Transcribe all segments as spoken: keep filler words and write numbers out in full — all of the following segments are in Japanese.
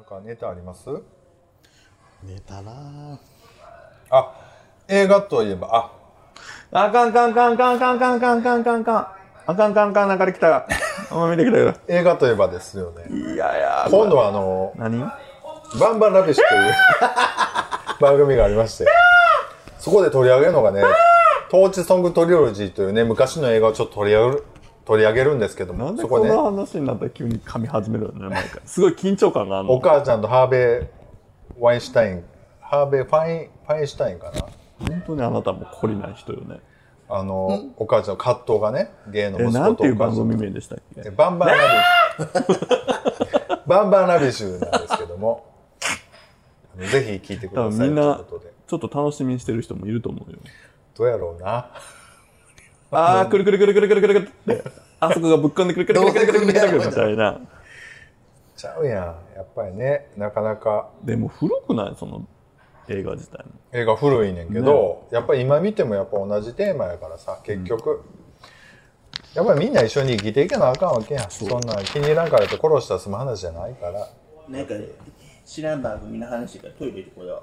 かネタあります？ ネタなあ、映画といえば、 あ、あかんかんかんかんかんかんかんかんかんかんあかんかんかんなんかで来た。お前見てくれよ。 映画といえばですよね。 いやいや。 今度はあの何？ バンバンラビッシュという番組がありまして、そこで取り上げるのがね、トーチソングトリロジーというね昔の映画をちょっと取り上げる取り上げるんですけども、 なんでそこね、 こんな話になったら急に噛み始めるのね、毎回。すごい緊張感があるの。 お母ちゃんとハーベイ・ワインシュタイン、ハーベイ・ファイン、ファインシュタインかな。 本当にあなたも懲りない人よね。 あの、お母ちゃんの葛藤がね、芸の息子とえ、なんていう番お母ちゃん組名でしたっけ？ バンバンラビッシュバンバンラビッシュなんですけども、あのぜひ聞いてください。 多分みんなということでちょっと楽しみにしてる人もいると思うよ。 どうやろうな。 あー、くるくるくるくるくるくるくるって、あそこがぶっこんでくるくるくるくるくるくるくるみたいな。 ちゃうやん。やっぱりね、なかなか。 でも古くない？その映画自体も。 映画古いねんけど、ね、やっぱり今見てもやっぱ同じテーマやからさ、結局、うん、やっぱりみんな一緒に生きていけなあかんわけやん。 そ, そんな気に入らんからって殺したら済む話じゃないから。 なんか知らん番組の話からトイレでこれは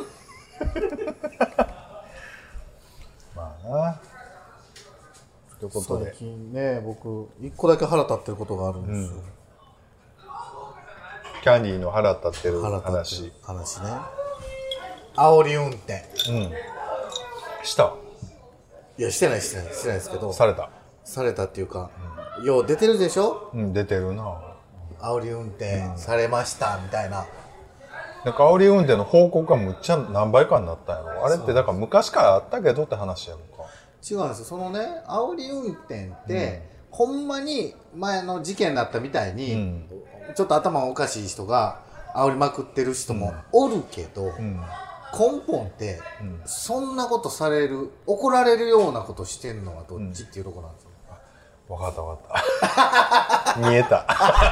まあなということで、 最近ね、僕一個だけ腹立ってることがあるんですよ、うん、 キャンディーの腹立ってる話話ね。煽り運転、 うん、したいやしてないしてないしてないですけど、 されたされたっていうか、うん、よう出てるでしょ。 うん、出てるな。 煽り運転されましたみたいな、 なんか煽り運転の報告がむっちゃ何倍かになったんやろ。あれってだから昔からあったけどって話やんか。 違うんですよ。そのね、煽り運転って、うん、ほんまに前の事件だったみたいに、うん、ちょっと頭がおかしい人が煽りまくってる人もおるけど、うん、根本って、うん、そんなことされる、怒られるようなことしてんのはどっちっていうところなんですよ。 分かった分かった見えた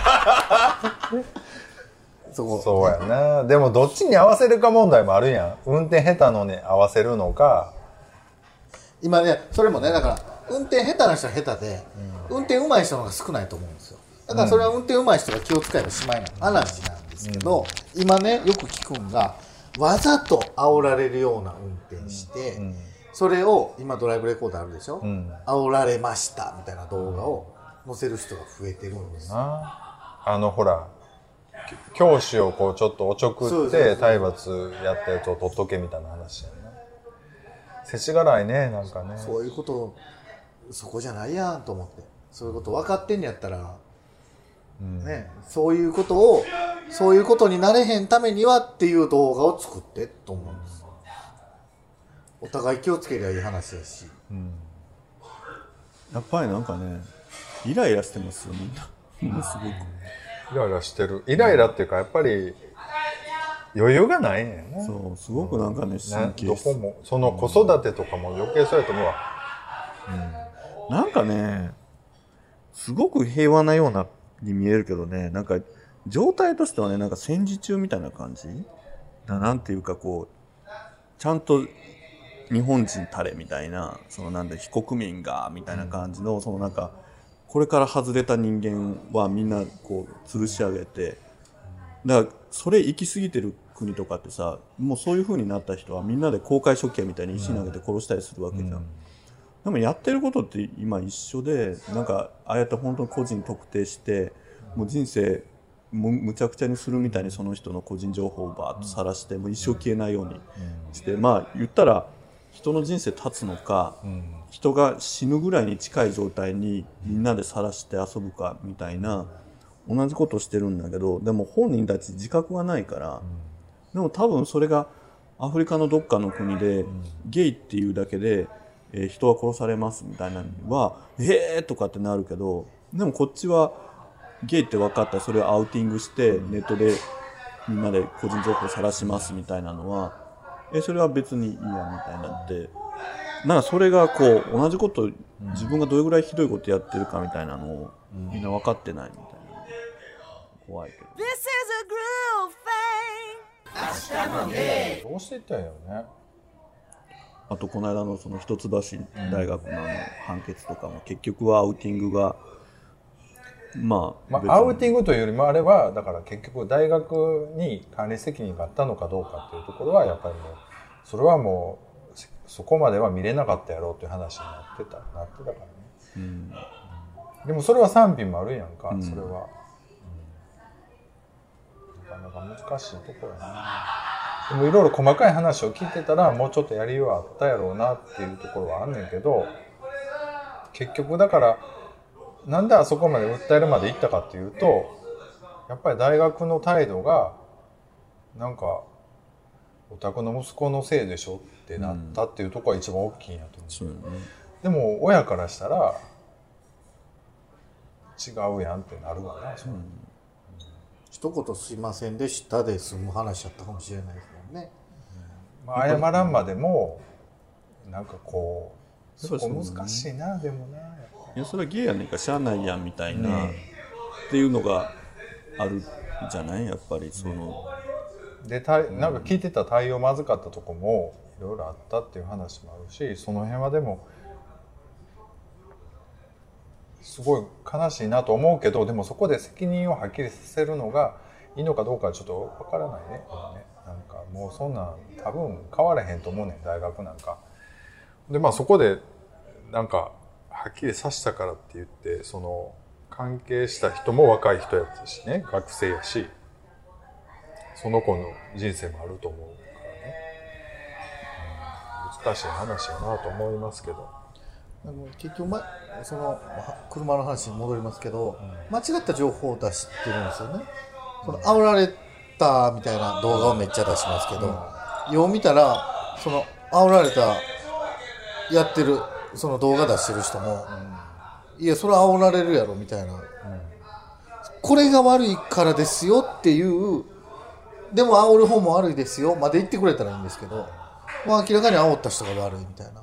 そこそうやな。でもどっちに合わせるか問題もあるやん。運転下手のに合わせるのか。 今ね、それもね、だから運転下手な人は下手で、うん、運転上手い人の方が少ないと思うんですよ。だからそれは運転上手い人が気を使えばしまいな話なんですけど、うん、今ねよく聞くんが、わざと煽られるような運転して、うん、それを今ドライブレコーダーあるでしょ、うん、煽られましたみたいな動画を載せる人が増えてるんですよ。 あのほら教師をこうちょっとおちょくって体罰やったやつを取っとけみたいな話やな。世知辛いね、なんかね。 そういうことそこじゃないやんと思って、そういうこと分かってんやったら、うんね、そういうことをそういうことになれへんためにはっていう動画を作ってと思うんです。お互い気をつけりゃいい話やし、うん、 やっぱりなんかねイライラしてますよみんなすごくイライラしてる。イライラっていうかやっぱり余裕がないねんね。 そうすごくなんかね、神経質、 どこもその子育てとかも余計そうやと思うわ、 うん、なんかねすごく平和なようなに見えるけどね、なんか状態としてはねなんか戦時中みたいな感じな、なんていうかこうちゃんと日本人たれみたいな、そのなんで非国民がみたいな感じの、そのなんかこれから外れた人間はみんなこう吊るし上げて、だからそれ行き過ぎてる国とかってさ、もうそういう風になった人はみんなで公開処刑みたいに石投げて殺したりするわけじゃん、うん、でもやってることって今一緒で、なんかああやって本当に個人特定してもう人生む, むちゃくちゃにするみたいにその人の個人情報をバーッと晒してもう一生消えないようにして、まあ言ったら人の人生立つのか、うん、人が死ぬぐらいに近い状態にみんなで晒して遊ぶかみたいな同じことをしてるんだけど、でも本人たち自覚がないから、うん、でも多分それがアフリカのどっかの国で、うん、ゲイっていうだけで、えー、人は殺されますみたいなのは、うん、えーとかってなるけど、でもこっちはゲイって分かったらそれをアウティングしてネットでみんなで個人情報を晒しますみたいなのは、えそれは別にいいやみたいになって、なんかそれがこう同じこと、自分がどれぐらいひどいことやってるかみたいなのをみんな分かってないみたいな、怖いけど。 どうしていったんやろね。 あとこの間のその一橋大学のあの判決とかも結局はアウティングがまあ、 まあ、アウティングというよりもあれはだから結局大学に管理責任があったのかどうかっていうところはやっぱりもうそれはもうそこまでは見れなかったやろうという話になってたなってたからね、うん、でもそれは賛否もあるやんか、うん、それは、うん、なかなか難しいところやな。でもいろいろ細かい話を聞いてたらもうちょっとやりようあったやろうなっていうところはあんねんけど、結局だからなんであそこまで訴えるまで行ったかっていうと、やっぱり大学の態度がなんかお宅の息子のせいでしょってなったっていうところが一番大きいんやと思う、うんそうね、でも親からしたら違うやんってなるわな、それ、うん、 一言すいませんでしたで済む話だったかもしれないですもんね、 うんまあ、謝らんまでもなんかこうそこ難しいな、でもな、 いやそれはゲイやねんかしゃあないやんみたいな、うん、っていうのがあるじゃない、やっぱりその、 うん、でたなんか聞いてた対応まずかったとこもいろいろあったっていう話もあるし、その辺はでもすごい悲しいなと思うけど、でもそこで責任をはっきりさせるのがいいのかどうかはちょっと分からないね。なんかもうそんなん多分変わらへんと思うねん、大学なんかで。まあそこでなんかはっきりさしたからって言ってその関係した人も若い人やったしね、学生やし、その子の人生もあると思うからね、うん、難しい話やなと思いますけど、 でも結局、ま、その車の話に戻りますけど、うん、間違った情報を出してるんですよね、うん、その煽られたみたいな動画をめっちゃ出しますけど、うん、よう見たらその煽られたやってるその動画出してる人も、うん、いやそれは煽られるやろみたいな、うん、これが悪いからですよっていう、でも煽る方も悪いですよまで言ってくれたらいいんですけど、まあ、明らかに煽った人が悪いみたいな、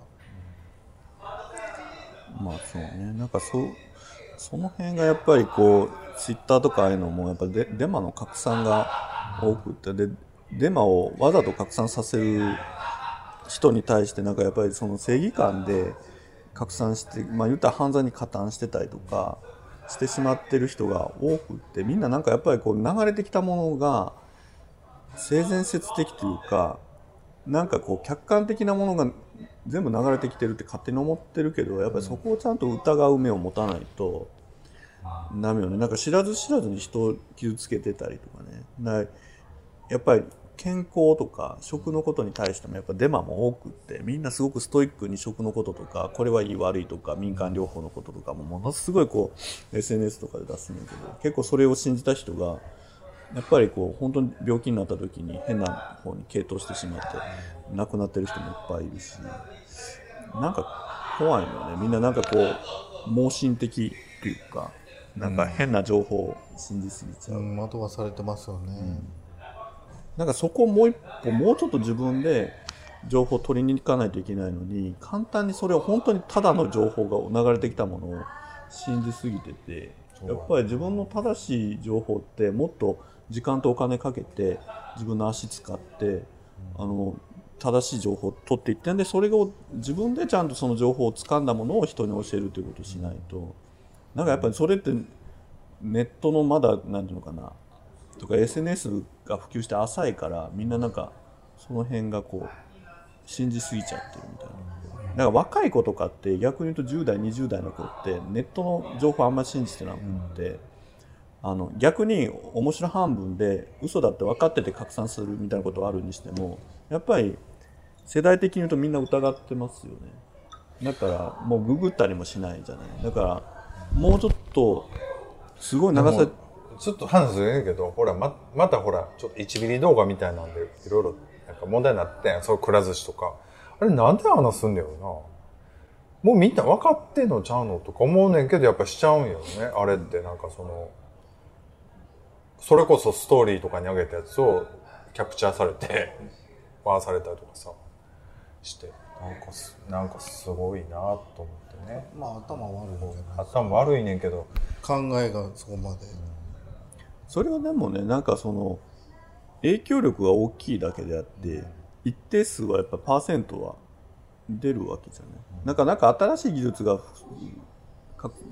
うん、まあそうね、なんかそその辺がやっぱりこうツイッターとかああいうのもやっぱデデマの拡散が多くて、でデマをわざと拡散させる人に対してなんかやっぱりその正義感で拡散して、まあ言ったら犯罪に加担してたりとかしてしまってる人が多くって、みんななんかやっぱりこう流れてきたものが性善説的というか、なんかこう客観的なものが全部流れてきてるって勝手に思ってるけど、やっぱりそこをちゃんと疑う目を持たないとダメよね。なんか知らず知らずに人を傷つけてたりとかね。だやっぱり健康とか食のことに対してもやっぱデマも多くって、みんなすごくストイックに食のこととかこれはいい悪いとか民間療法のこととかもものすごいこう エスエヌエス とかで出すんだけど、結構それを信じた人がやっぱりこう本当に病気になった時に変な方に傾倒してしまって亡くなってる人もいっぱいいるし、なんか怖いのよね。みんななんかこう盲信的っていうか、なんか変な情報を信じすぎちゃう、 うん、惑わされてますよね、うん、 なんかそこをもう一歩もうちょっと自分で情報を取りに行かないといけないのに、簡単にそれを本当にただの情報が流れてきたものを信じすぎてて、やっぱり自分の正しい情報ってもっと時間とお金かけて自分の足使って、うん、あの正しい情報を取っていってんで、それを自分でちゃんとその情報を掴んだものを人に教えるということをしないと、なんかやっぱりそれってネットのまだなんていうのかなとか エスエヌエス が普及して浅いから、みんななんかその辺がこう信じすぎちゃってるみたいな。だから若い子とかって逆に言うとじゅう代にじゅう代の子ってネットの情報あんまり信じてなくて、うん、あの逆に面白半分で嘘だって分かってて拡散するみたいなことはあるにしても、やっぱり世代的に言うとみんな疑ってますよね。だからもうググったりもしないじゃない。だからもうちょっとすごい長さちょっと話するけど、ほら ま, またほらちょっといちミリ動画みたいなんでいろいろなんか問題になってん、そうくら寿司とか、あれなんで話すんだよな。もうみんな分かってんのちゃうのとか思うねんけど、やっぱしちゃうんよねあれって。なんかそのそれこそストーリーとかに上げたやつをキャプチャーされて回されたりとかさして、なんかすなんかすごいなと思ってね。 まあ頭悪いんじゃないですか。 頭悪いねんけど考えがそこまで、うん、 それはでもね、なんかその影響力が大きいだけであって、うん、一定数はやっぱパーセントは出るわけじゃない、うん、なんかなんか新しい技術が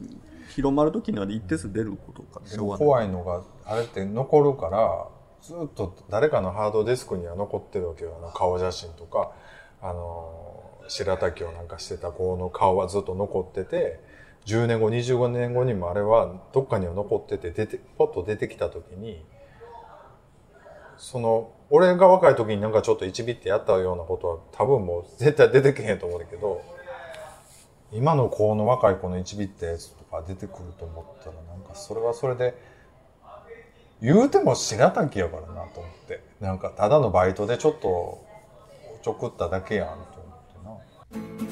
広まる時には一定数出ることかでも怖いのがあれって残るからずっと誰かのハードディスクには残ってるわけよ。あの顔写真とかあの白滝をなんかしてた子の顔はずっと残ってて、じゅうねんごにじゅうごねんごにもあれはどっかには残ってて、出てポッと出てきた時にその俺が若い時になんかちょっと一ビってやったようなことは多分もう絶対出てけへんと思うんだけど、今の子の若い子の一ビってやつとか出てくると思ったらなんかそれはそれで言うても白滝やからなと思って、なんかただのバイトでちょっとちょくっただけやんと思って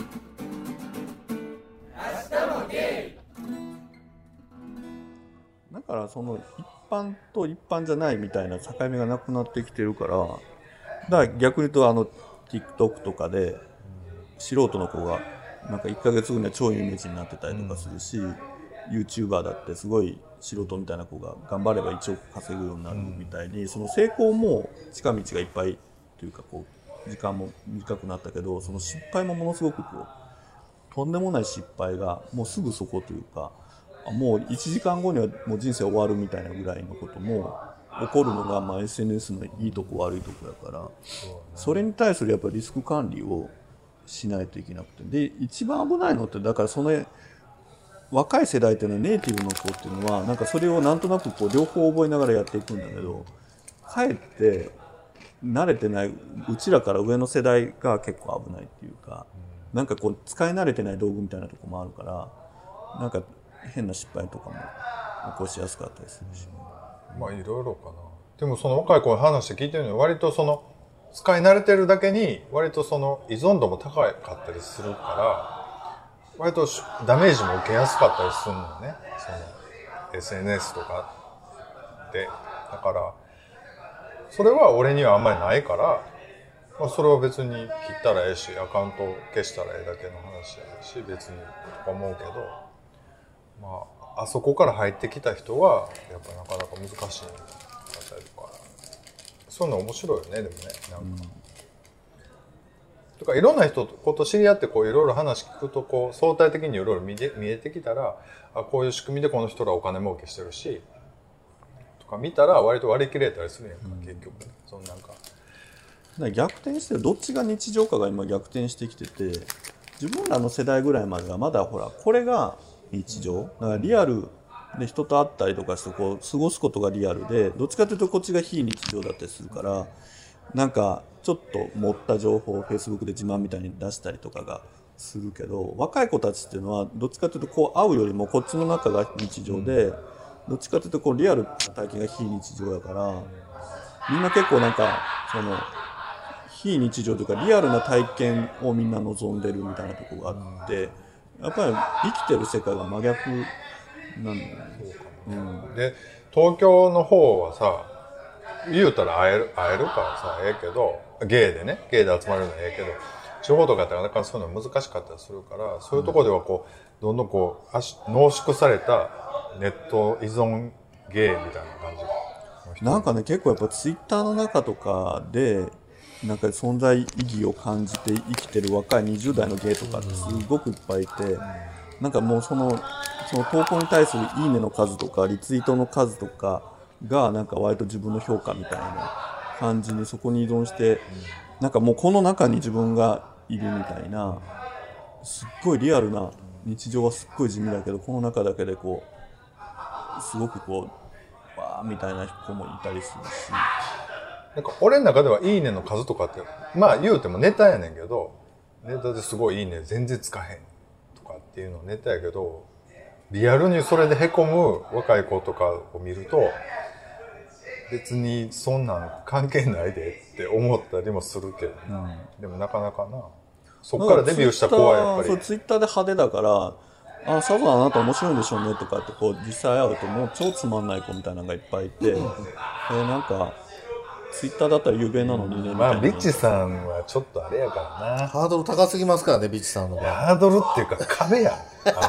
な。だからその一般と一般じゃないみたいな境目がなくなってきてるから、だから逆に言うとあの TikTok とかで素人の子がなんかいっかげつごには超有名人になってたりとかするし、うん、YouTuber だってすごい素人みたいな子が頑張ればいちおく稼ぐようになるみたいに、うん、その成功も近道がいっぱいというかこう時間も短くなったけど、その失敗もものすごくこうとんでもない失敗がもうすぐそこというか、もういちじかんごにはもう人生終わるみたいなぐらいのことも起こるのが、まあ エスエヌエス のいいとこ悪いとこだから、それに対するやっぱりリスク管理をしないといけなくて、で一番危ないのってだからその若い世代っていうのはネイティブの子っていうのはなんかそれをなんとなくこう両方覚えながらやっていくんだけど、かえって慣れてないうちらから上の世代が結構危ないっていうか、なんかこう使い慣れてない道具みたいなとこもあるから、なんか変な失敗とかも起こしやすかったりするし、 まあいろいろかな。でもその若い子の話聞いてるのは割とその使い慣れてるだけに割とその依存度も高かったりするから割とダメージも受けやすかったりするのね、その エスエヌエス とかで。だからそれは俺にはあんまりないから、まあ、それを別に切ったらええしアカウント消したらええだけの話やし別にとか思うけど、まああそこから入ってきた人はやっぱなかなか難しいかったりとか、そういうの面白いよね。でもね、なんか、うん、とかいろんな人と知り合ってこういろいろ話聞くとこう相対的にいろいろ見え、見えてきたら、あこういう仕組みでこの人らお金儲けしてるしとか見たら割と割り切れたりするんやんか、うん、結局そのなんか逆転してる、どっちが日常かが今逆転してきてて、自分らの世代ぐらいまではまだほらこれが日常だからリアルで人と会ったりとかしてこう過ごすことがリアルで、どっちかというとこっちが非日常だったりするから、なんかちょっと持った情報を Facebook で自慢みたいに出したりとかがするけど、若い子たちっていうのはどっちかというとこう会うよりもこっちの中が日常で、どっちかというとこうリアルな体験が非日常だから、みんな結構なんかその非日常というかリアルな体験をみんな望んでるみたいなところがあって、やっぱり生きてる世界が真逆なんだよね。そうかも、 うん、で東京の方はさ言うたら会える会えるからさええけど、ゲイでねゲイで集まるのはええけど、地方とかってなかなかそういうの難しかったりするから、そういうところではこうどんどんこう濃縮されたネット依存ゲイみたいな感じなんかね、結構やっぱツイッターの中とかでなんか存在意義を感じて生きてる若いにじゅう代のゲイとかってすごくいっぱいいて、なんかもうそのその投稿に対するいいねの数とかリツイートの数とかがなんか割と自分の評価みたいな感じにそこに依存して、なんかもうこの中に自分がいるみたいな、すっごいリアルな日常はすっごい地味だけどこの中だけでこうすごくこうわーみたいな子もいたりするし、 なんか俺の中ではいいねの数とかってまあ言うてもネタやねんけど、ネタですごいいいね全然つかへんとかっていうのネタやけど、リアルにそれでへこむ若い子とかを見ると別にそんなん関係ないでって思ったりもするけど、うん、でもなかなかなそっからデビューした子はやっぱりそうツイッターで派手だからあさぞあなた面白いんでしょうねとかってこう実際会うともう超つまんない子みたいなのがいっぱいいて、えー、なんかツイッターだったら有名なのにね、うん、 まあビッチさんはちょっとあれやからな、 ハードル高すぎますからねビッチさんの場合。 ハードルっていうか壁やん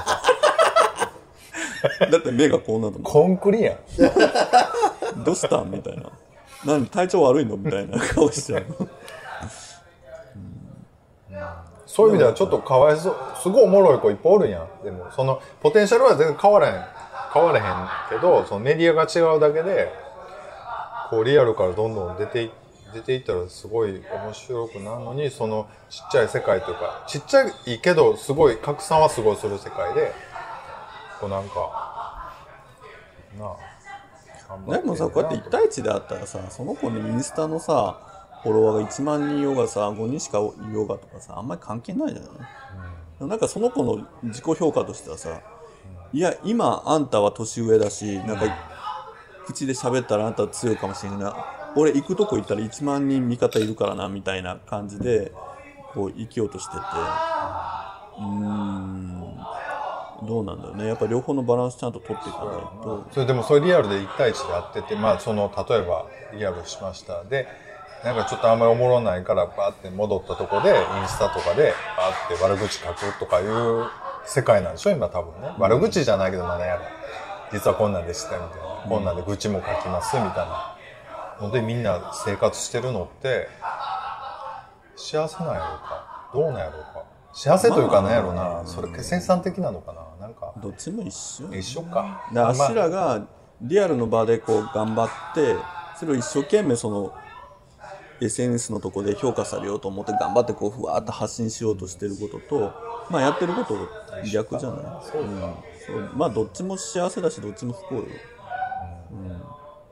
だって目がこうなるのコンクリやんどうしたんみたいな、何体調悪いのみたいな顔しちゃう、うん、 そういう意味ではちょっとかわいそう。すごいおもろい子いっぱいおるやん。でもそのポテンシャルは全然変わらへん変わらへんけど、そのメディアが違うだけでこうリアルからどんどん出てい出ていったらすごい面白くなるのに、そのちっちゃい世界というか、ちっちゃいけどすごい拡散はすごいする世界でこうなんかなあ。 でもさ、こうやっていち対いちであったらさ、その子にインスタのさフォロワーがいちまんにんいようがさごにんしかいようがとかさ、あんまり関係ないじゃない、うん、なんかその子の自己評価としてはさ、うん、いや今あんたは年上だし、なんか、うん、口で喋ったらあんたは強いかもしれない、俺行くとこ行ったらいちまんにん味方いるからなみたいな感じでこう生きようとしてて、うーんどうなんだよね。やっぱ両方のバランスちゃんと取っていかないと。 それでもそれリアルでいち対いちでやってて、まあその例えばリアルしましたで、なんかちょっとあんまりおもろないからバーって戻ったとこでインスタとかでバーって悪口書くとかいう世界なんでしょ今多分ね。悪口じゃないけどまだやる。実はこんなんでしたみたいな、うん、こんなんで愚痴も書きますみたいなのでみんな生活してるのって幸せなんやろうかどうなんやろうか。幸せというかなんやろうな、まあ、それ生産的なのかな。なんかどっちも一緒一緒か。 だからあっしらがリアルの場でこう頑張ってそれを一生懸命そのエスエヌエス のとこで評価されようと思って頑張ってこうふわーっと発信しようとしてることと、まあやってること逆じゃない。そう、うん、そうまあどっちも幸せだしどっちも不幸よ、うんうん、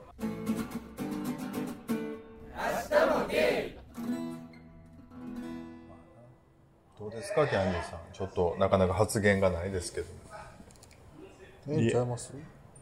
どうですかキャンディーさん。ちょっとなかなか発言がないですけど。 ええちゃいます？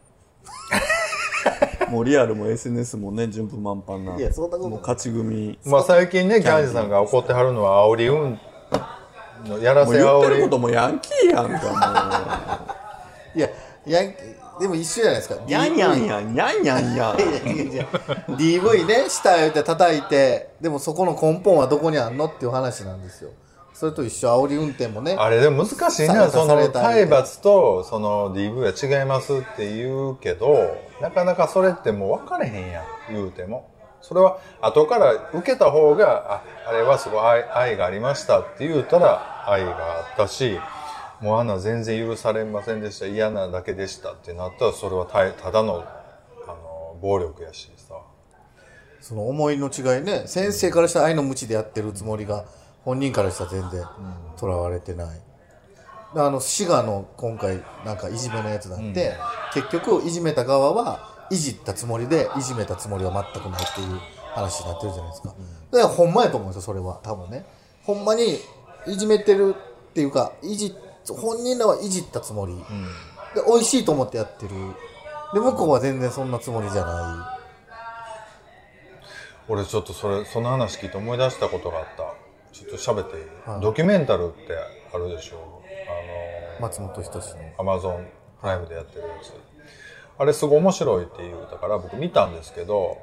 もうリアルも エスエヌエス もね順風満帆な。 いやそんなこともう勝ち組。 まあ最近ねキャンディーさんが怒ってはるのは煽り運のやらせ煽り。 もう言ってることもヤンキーやんかもう。いやヤンキーでも一緒じゃないですか。 やんやんやんやんやんやん。 ディーブイ ね下言って叩いて、でもそこの根本はどこにあんのっていう話なんですよ。それと一緒。煽り運転もね。 あれでも難しいな。その体罰とその ディーブイ は違いますって言うけど、なかなかそれってもう分かれへんやん言うても。それは後から受けた方が あ, あれはすごい 愛, 愛がありましたって言うたら愛があったし、もうあんな全然許されませんでした、嫌なだけでしたってなったらそれは た, ただ の, あの暴力やしさ。 その思いの違いね。先生からしたら愛の無知でやってるつもりが本人からしたら全然とらわれてない、うん、あの滋賀の今回なんかいじめのやつだって、うん、結局いじめた側はいじったつもりでいじめたつもりは全くないっていう話になってるじゃないですか、うん、だからほんまやと思うんですよ。それは多分ねほんまにいじめてるっていうかいじ本人らはいじったつもり、うん、で美味しいと思ってやってる。で向こうは全然そんなつもりじゃない。 俺ちょっとそれその話聞いて思い出したことがあった。ちょっと喋っていい、はい、ドキュメンタルってあるでしょ。あの松本人志のアマゾンプライムでやってるやつ、あれすごい面白いって言うたから僕見たんですけど、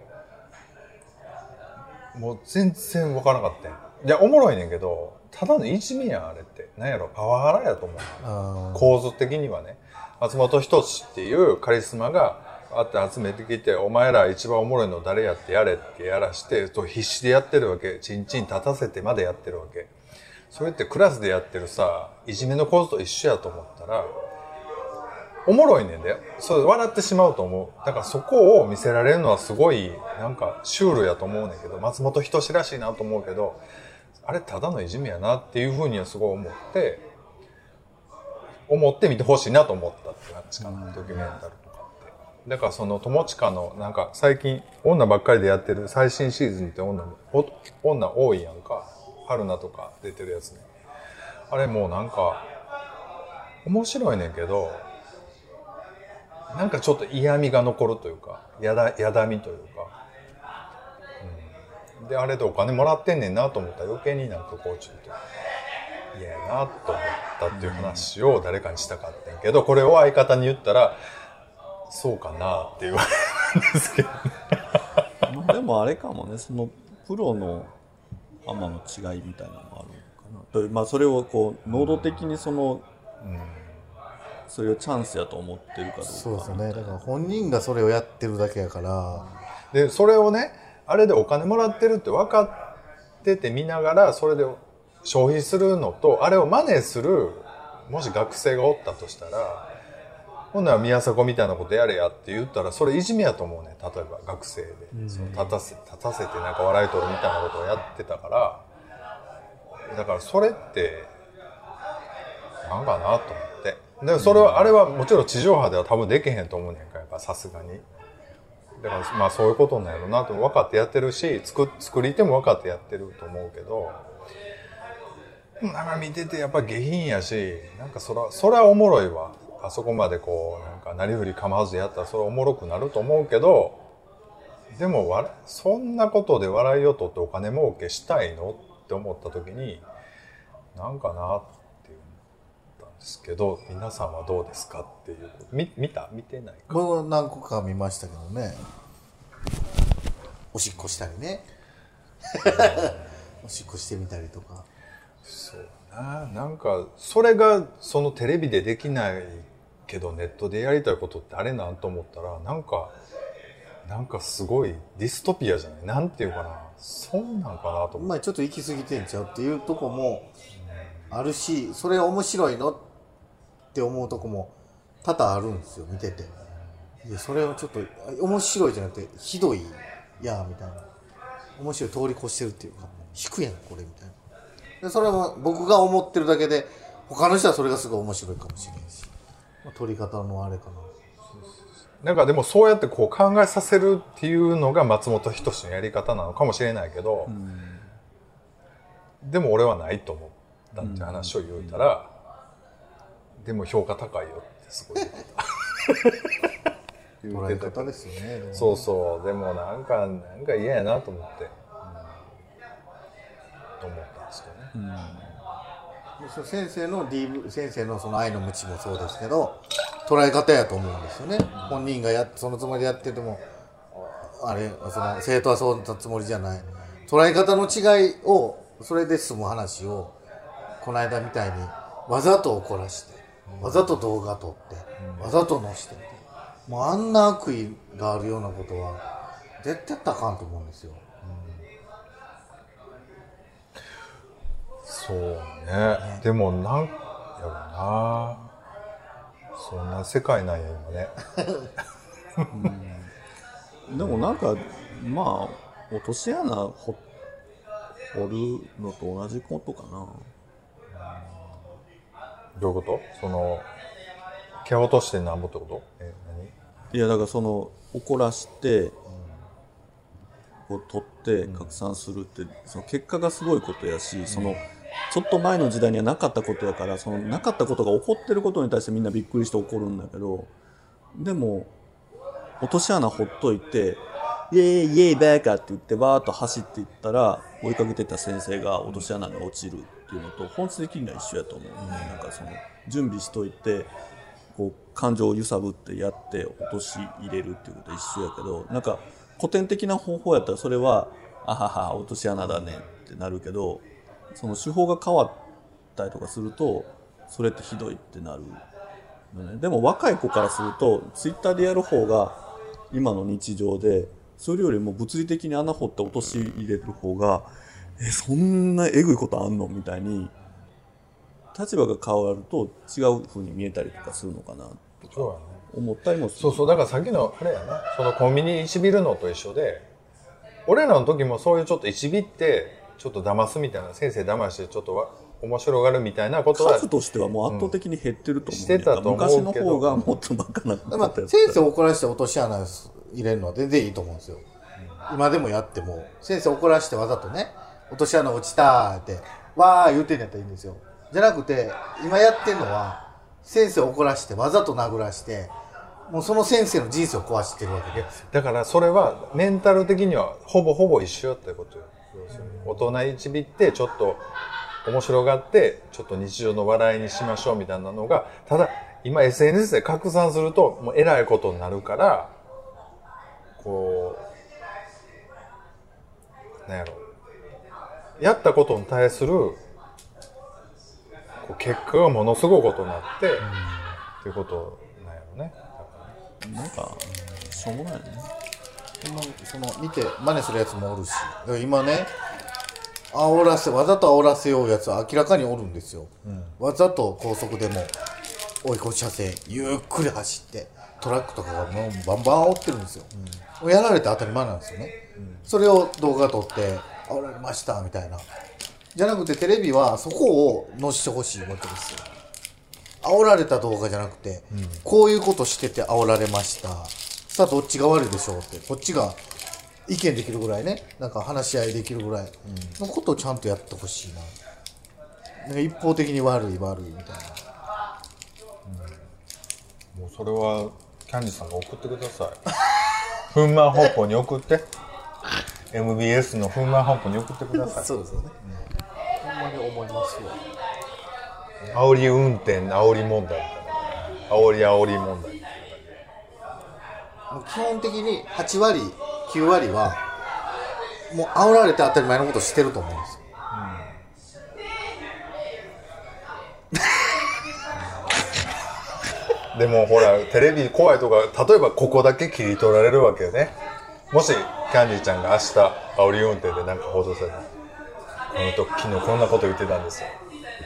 もう全然分からなかったん。いやおもろいねんけどただのいじめやん。あれってなんやろパワハラやと思う。構図的にはね。松本人志っていうカリスマがあって集めてきて、お前ら一番おもろいの誰やってやれってやらしてと必死でやってるわけ。チンチン立たせてまでやってるわけ。それってクラスでやってるさいじめの構図と一緒やと思ったらおもろいねんだよ。それ笑ってしまうと思う。だからそこを見せられるのはすごいなんかシュールやと思うねんけど、松本人志らしいなと思うけど、あれただのいじめやなっていうふうにはすごい思って思って見てほしいなと思ったっていう話かな、ドキュメンタルとかって。だからその友近のなんか最近女ばっかりでやってる最新シーズンって女女多いやんか。春菜とか出てるやつね。あれもうなんか面白いねんけど、なんかちょっと嫌味が残るというか、やだやだみというか、うん、であれでお金もらってんねんなと思ったら余計になんかこうちょっと嫌やなと思ったっていう話を誰かにしたかったんやけど、これを相方に言ったらそうかなって言われるんですけど、ね、 まあでもあれかもね、そのプロのアマの違いみたいなのがあるのかな。まあそれをこう能動的にその、うん、それをチャンスやと思ってるかどうか。 そうですね。だから本人がそれをやってるだけやから。 でそれをねあれでお金もらってるって分かってて見ながらそれで消費するのとあれを真似するもし学生がおったとしたら、ほんなら宮迫みたいなことやれやって言ったらそれいじめやと思うね。例えば学生で、うん、その立たせ立たせてなんか笑い取るみたいなことをやってたから、だからそれってなんかなと思って。でもそれは、うん、あれはもちろん地上波では多分できへんと思うねんか、やっぱさすがに。だからまあそういうことなんやろうなと分かってやってるし、作作り手も分かってやってると思うけど。なんか見ててやっぱ下品やし、なんかそらそれはおもろいわ。あそこまでこうなんかなりふり構わずやったらそれはおもろくなると思うけど、でもわそんなことで笑いを取ってお金儲けしたいのって思った時になんかなって思ったんですけど、皆さんはどうですかっていう。み見た見てないか。 僕は何個か見ましたけどね。おしっこしたりね。おしっこしてみたりとか。 そうな、なんかそれがそのテレビでできないけどネットでやりたいことってあれなんと思ったら、なんかなんかすごいディストピアじゃない、なんていうかな、そうなんかなと思って、 まあちょっと行き過ぎてんちゃうっていうとこもあるし、それ面白いのって思うとこも多々あるんですよ、見てて。いやそれはちょっと面白いじゃなくてひどいやみたいな、面白い通り越してるっていうか、引くやんこれみたいな。でそれは僕が思ってるだけで、他の人はそれがすごい面白いかもしれんし、まあ、撮り方のあれかな。 なんかでもそうやってこう考えさせるっていうのが松本人志のやり方なのかもしれないけど、でも俺はないと思ったっていう話を言うたら、でも評価高いよってすごい言うてた。 捉え方ですよね。 そうそう。でもなんかなんか嫌やなと思って、うん、と思ったんですけどね。 うん、先生の D V 先生のその愛の無知もそうですけど、捉え方やと思うんですよね。うん、本人がやそのつもりでやってても、あれその生徒はそうなつもりじゃない。捉え方の違いをそれで済む話をこの間みたいにわざと怒らして、わざと動画撮って、わざと載して、もうあんな悪意があるようなことは絶対やったらあかんと思うんですよ。 そうね。でもなんやろな。そんな世界なんや今ね。 うん、でもなんかまあ落とし穴掘るのと同じことかな。 どういうこと？その蹴落としてなんぼってこと？え、何？ いやだからその怒らして、うん、こう取って拡散するって、うん、その結果がすごいことやし、うん、そのちょっと前の時代にはなかったことやから、そのなかったことが起こってることに対してみんなびっくりして怒るんだけど、でも落とし穴ほっといてイエーイイエーイバーカって言ってバーッと走っていったら、追いかけてた先生が落とし穴に落ちるっていうのと本質的には一緒やと思う、ね、うん、なんかその準備しといてこう感情を揺さぶってやって落とし入れるっていうことは一緒やけど、なんか古典的な方法やったらそれはあはは落とし穴だねってなるけど、その手法が変わったりとかするとそれってひどいってなる、ね、でも若い子からするとツイッターでやる方が今の日常で、それよりも物理的に穴掘って落とし入れる方がえそんなえぐいことあんのみたいに立場が変わると違う風に見えたりとかするのかなとか思ったりもする。 そうそう、だからさっきのあれやな、そのコンビニいちびるのと一緒で、俺らの時もそういうちょっといちびってちょっと騙すみたいな、先生騙してちょっと面白がるみたいなことは数としてはもう圧倒的に減ってると思う、 うん、してたと思うけど、 昔の方がもっとバカなことやった、まあ、先生怒らして落とし穴入れるのは全然いいと思うんですよ、うん、今でもやっても先生怒らしてわざとね落とし穴落ちたってわー言うてんやったらいいんですよ。じゃなくて今やってるのは先生を怒らしてわざと殴らしてもうその先生の人生を壊してるわけです。 だからそれはメンタル的にはほぼほぼ一緒やってことよ。大人いちびってちょっと面白がってちょっと日常の笑いにしましょうみたいなのが、ただ今 エスエヌエス で拡散するともうえらいことになるから、こうなんやろ、やったことに対するこう結果がものすごいことになって、うん、っていうことなんやろね。 なんかしょうもないね。 その見て真似するやつもおるし、今ね煽らせわざと煽らせようやつは明らかにおるんですよ、うん、わざと高速でも追い越し車線ゆっくり走ってトラックとかがもうバンバン煽ってるんですよ、うん、やられて当たり前なんですよね、うん、それを動画撮って煽られましたみたいなじゃなくてテレビはそこを載せてほしいわけですよ。煽られた動画じゃなくて、うん、こういうことしてて煽られましたさあどっちが悪いでしょうってこっちが意見できるぐらいねなんか話し合いできるぐらいのことをちゃんとやってほしいな、なんか一方的に悪い悪いみたいな、 うん、もうそれはキャンディさんが送ってくださいフンマン本舗に送って エムビーエス のフンマン本舗に送ってくださいそうですよね、うん、ほんまに思いますよ。 煽り運転煽り問題みたいな煽り煽り問題基本的にはちわりきゅうわりはもう煽られて当たり前のことしてると思うんですよ、 うん、でもほらテレビ怖いとか例えばここだけ切り取られるわけよね。もしキャンディちゃんが明日煽り運転でなんか報道されたこの時昨日こんなこと言ってたんですよ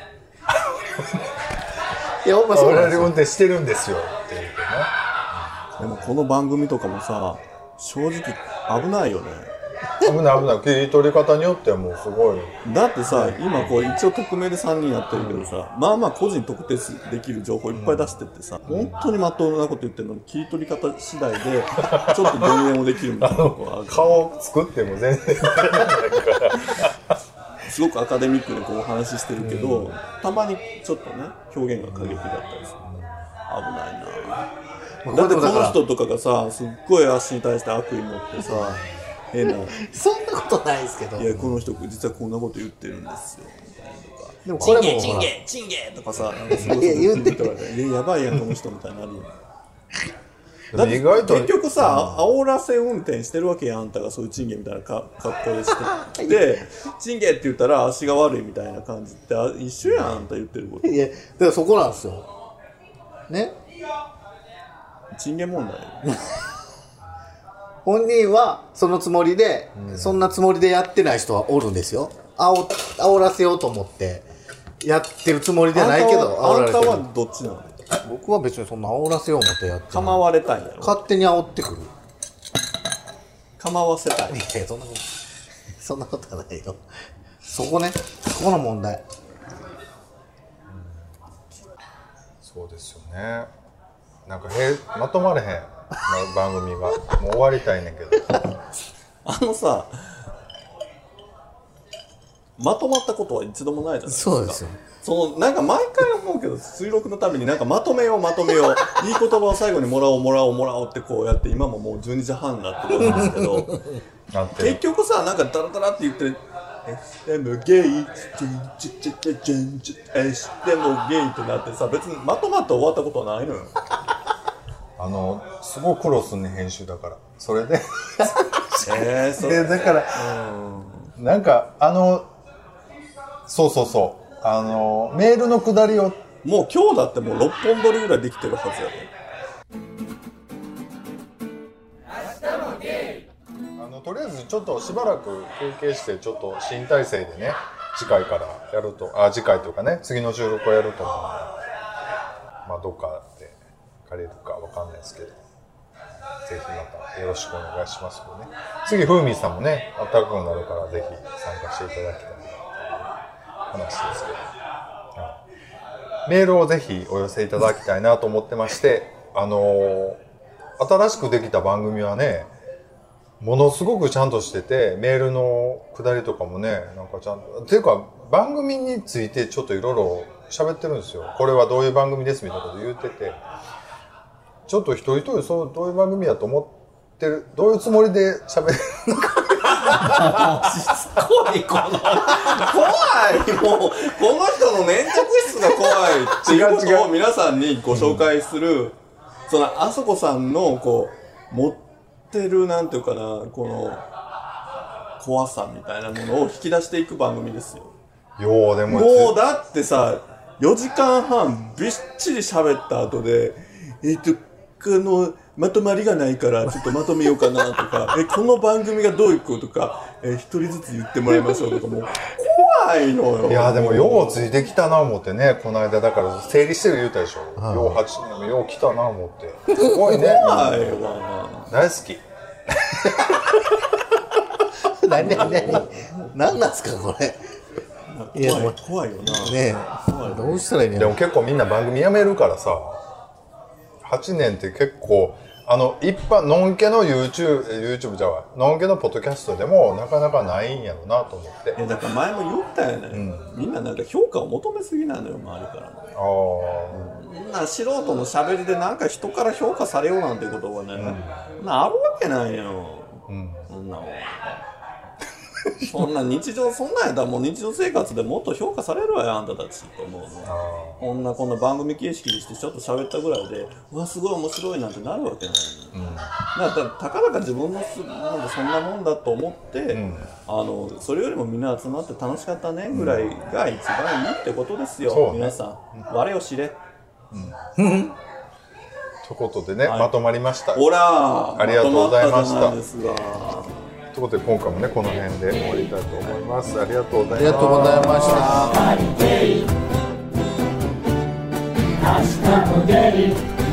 いやほんまそうなんですよ。 煽り運転してるんですよって言うてね。 でもこの番組とかもさ正直危ないよね。 危ない危ない切り取り方によってはもうすごい。 だってさ今こう一応匿名でさんにんやってるけどさ、うん、まあまあ個人特定できる情報いっぱい出してってさ、うん、本当にまっとうなこと言ってるのに切り取り方次第でちょっと電源もできるみたいなのがある顔作っても全然できないからすごくアカデミックでこうお話ししてるけど、うん、たまにちょっとね表現が過激だったりする、うん、危ないな。だってこの人とかがさすっごい足に対して悪意持ってさ変なそんなことないですけどいやこの人実はこんなこと言ってるんですよみたいなとかでもこれもチンゲチンゲチンゲとかさなんかすごい言ってるからいややばいやんこの人みたいになるよだって意外と結局さ、うん、煽らせ運転してるわけやんあんたがそういうチンゲみたいな格好でしてでチンゲって言ったら足が悪いみたいな感じって一緒やんあんた言ってることいやだからそこなんですよねチンゲ問題本人はそのつもりで、うん、そんなつもりでやってない人はおるんですよ。煽、煽らせようと思ってやってるつもりではないけど煽られてる。あんたはどっちなの？ 僕は別にそんな煽らせよう思ってやって構われたいんやろ。 勝手に煽ってくる。 構わせたい。 いやそんなことそんなことはないよ。そこね、そこの問題。 そうですよね。なんかへまとまれへん番組がもう終わりたいねんけどあのさまとまったことは一度もないじゃないですか。 そうですよ。 そのなんか毎回思うけど追録のためになんかまとめようまとめよういい言葉を最後にもらおうもらおうもらおうってこうやって今ももうじゅうにじはんになってるんですけど結局さなんかダラダラって言ってるエステムゲイチンチチチチンチエステムゲイってなってさ別にまとまって終わったことはないのよあのすごい苦労すんね編集だからそれでえー、それだからうんなんかあのそうそうそうあのメールのくだりをもう今日だってもうろっぽん撮りぐらいできてるはずやであのとりあえずちょっとしばらく休憩してちょっと新体制でね次回からやるとあ次回というかね次の収録をやると思うのでまあどっかで借りるかわかんないですけどぜひまたよろしくお願いしますよね。次ふうみんさんもね暖かくなるからぜひ参加していただきたい話ですけど、はい、メールをぜひお寄せいただきたいなと思ってましてあのー、新しくできた番組はねものすごくちゃんとしててメールのくだりとかもねなんかちゃんとっていうか番組についてちょっといろいろ喋ってるんですよ。これはどういう番組ですみたいなこと言っててちょっと一人一人そうどういう番組だと思ってるどういうつもりで喋るのかしつこいこの怖いもうこの人の粘着質が怖いっていうことを皆さんにご紹介する、うん、そのあそこさんのこう持ってるなんていうかなこの怖さみたいなものを引き出していく番組ですよ。 ようでももうだってさよじかんはんびっちり喋った後でえっとあのまとまりがないからちょっとまとめようかなとかえこの番組がどういうことかえ一人ずつ言ってもらいましょうとかもう怖いのよ。 いやでもようついてきたな思ってね、この間だから整理してる言うたでしょ、はい、ようはちねんめよう来たな思ってすごいね怖いわ大好き何何何何なんすかこれ。 いや怖い怖いよなねえどうしたらいいね。 でも結構みんな番組やめるからさ、はちねんって結構あの一般のんけの YouTube, YouTube じゃわのんけのポッドキャストでもなかなかないんやろうなと思って。 いやだから前も言ったよね、うん、みんななんか評価を求めすぎなのよ周りからも。あ、うん、みんな素人のしゃべりでなんか人から評価されようなんてことがね、うん、なあるわけないよ、うん、そんなもんそんな日常そんなんやったらもう日常生活でもっと評価されるわよあんたたちって思うの。こんなこんな番組形式にしてちょっと喋ったぐらいでうわすごい面白いなんてなるわけないの、うん、だからたかだか自分のすなんかそんなもんだと思って、うん、あのそれよりもみんな集まって楽しかったねぐらいが一番いいってことですよ、うん、皆さん、うん、我を知れ、うん、 ということでね、はい、まとまりました。 ほらありがとうございました。 まとまったじゃないですがということで今回もねこの辺で終わりたいと思います。ありがとうございます。 ありがとうございました。 明日も出る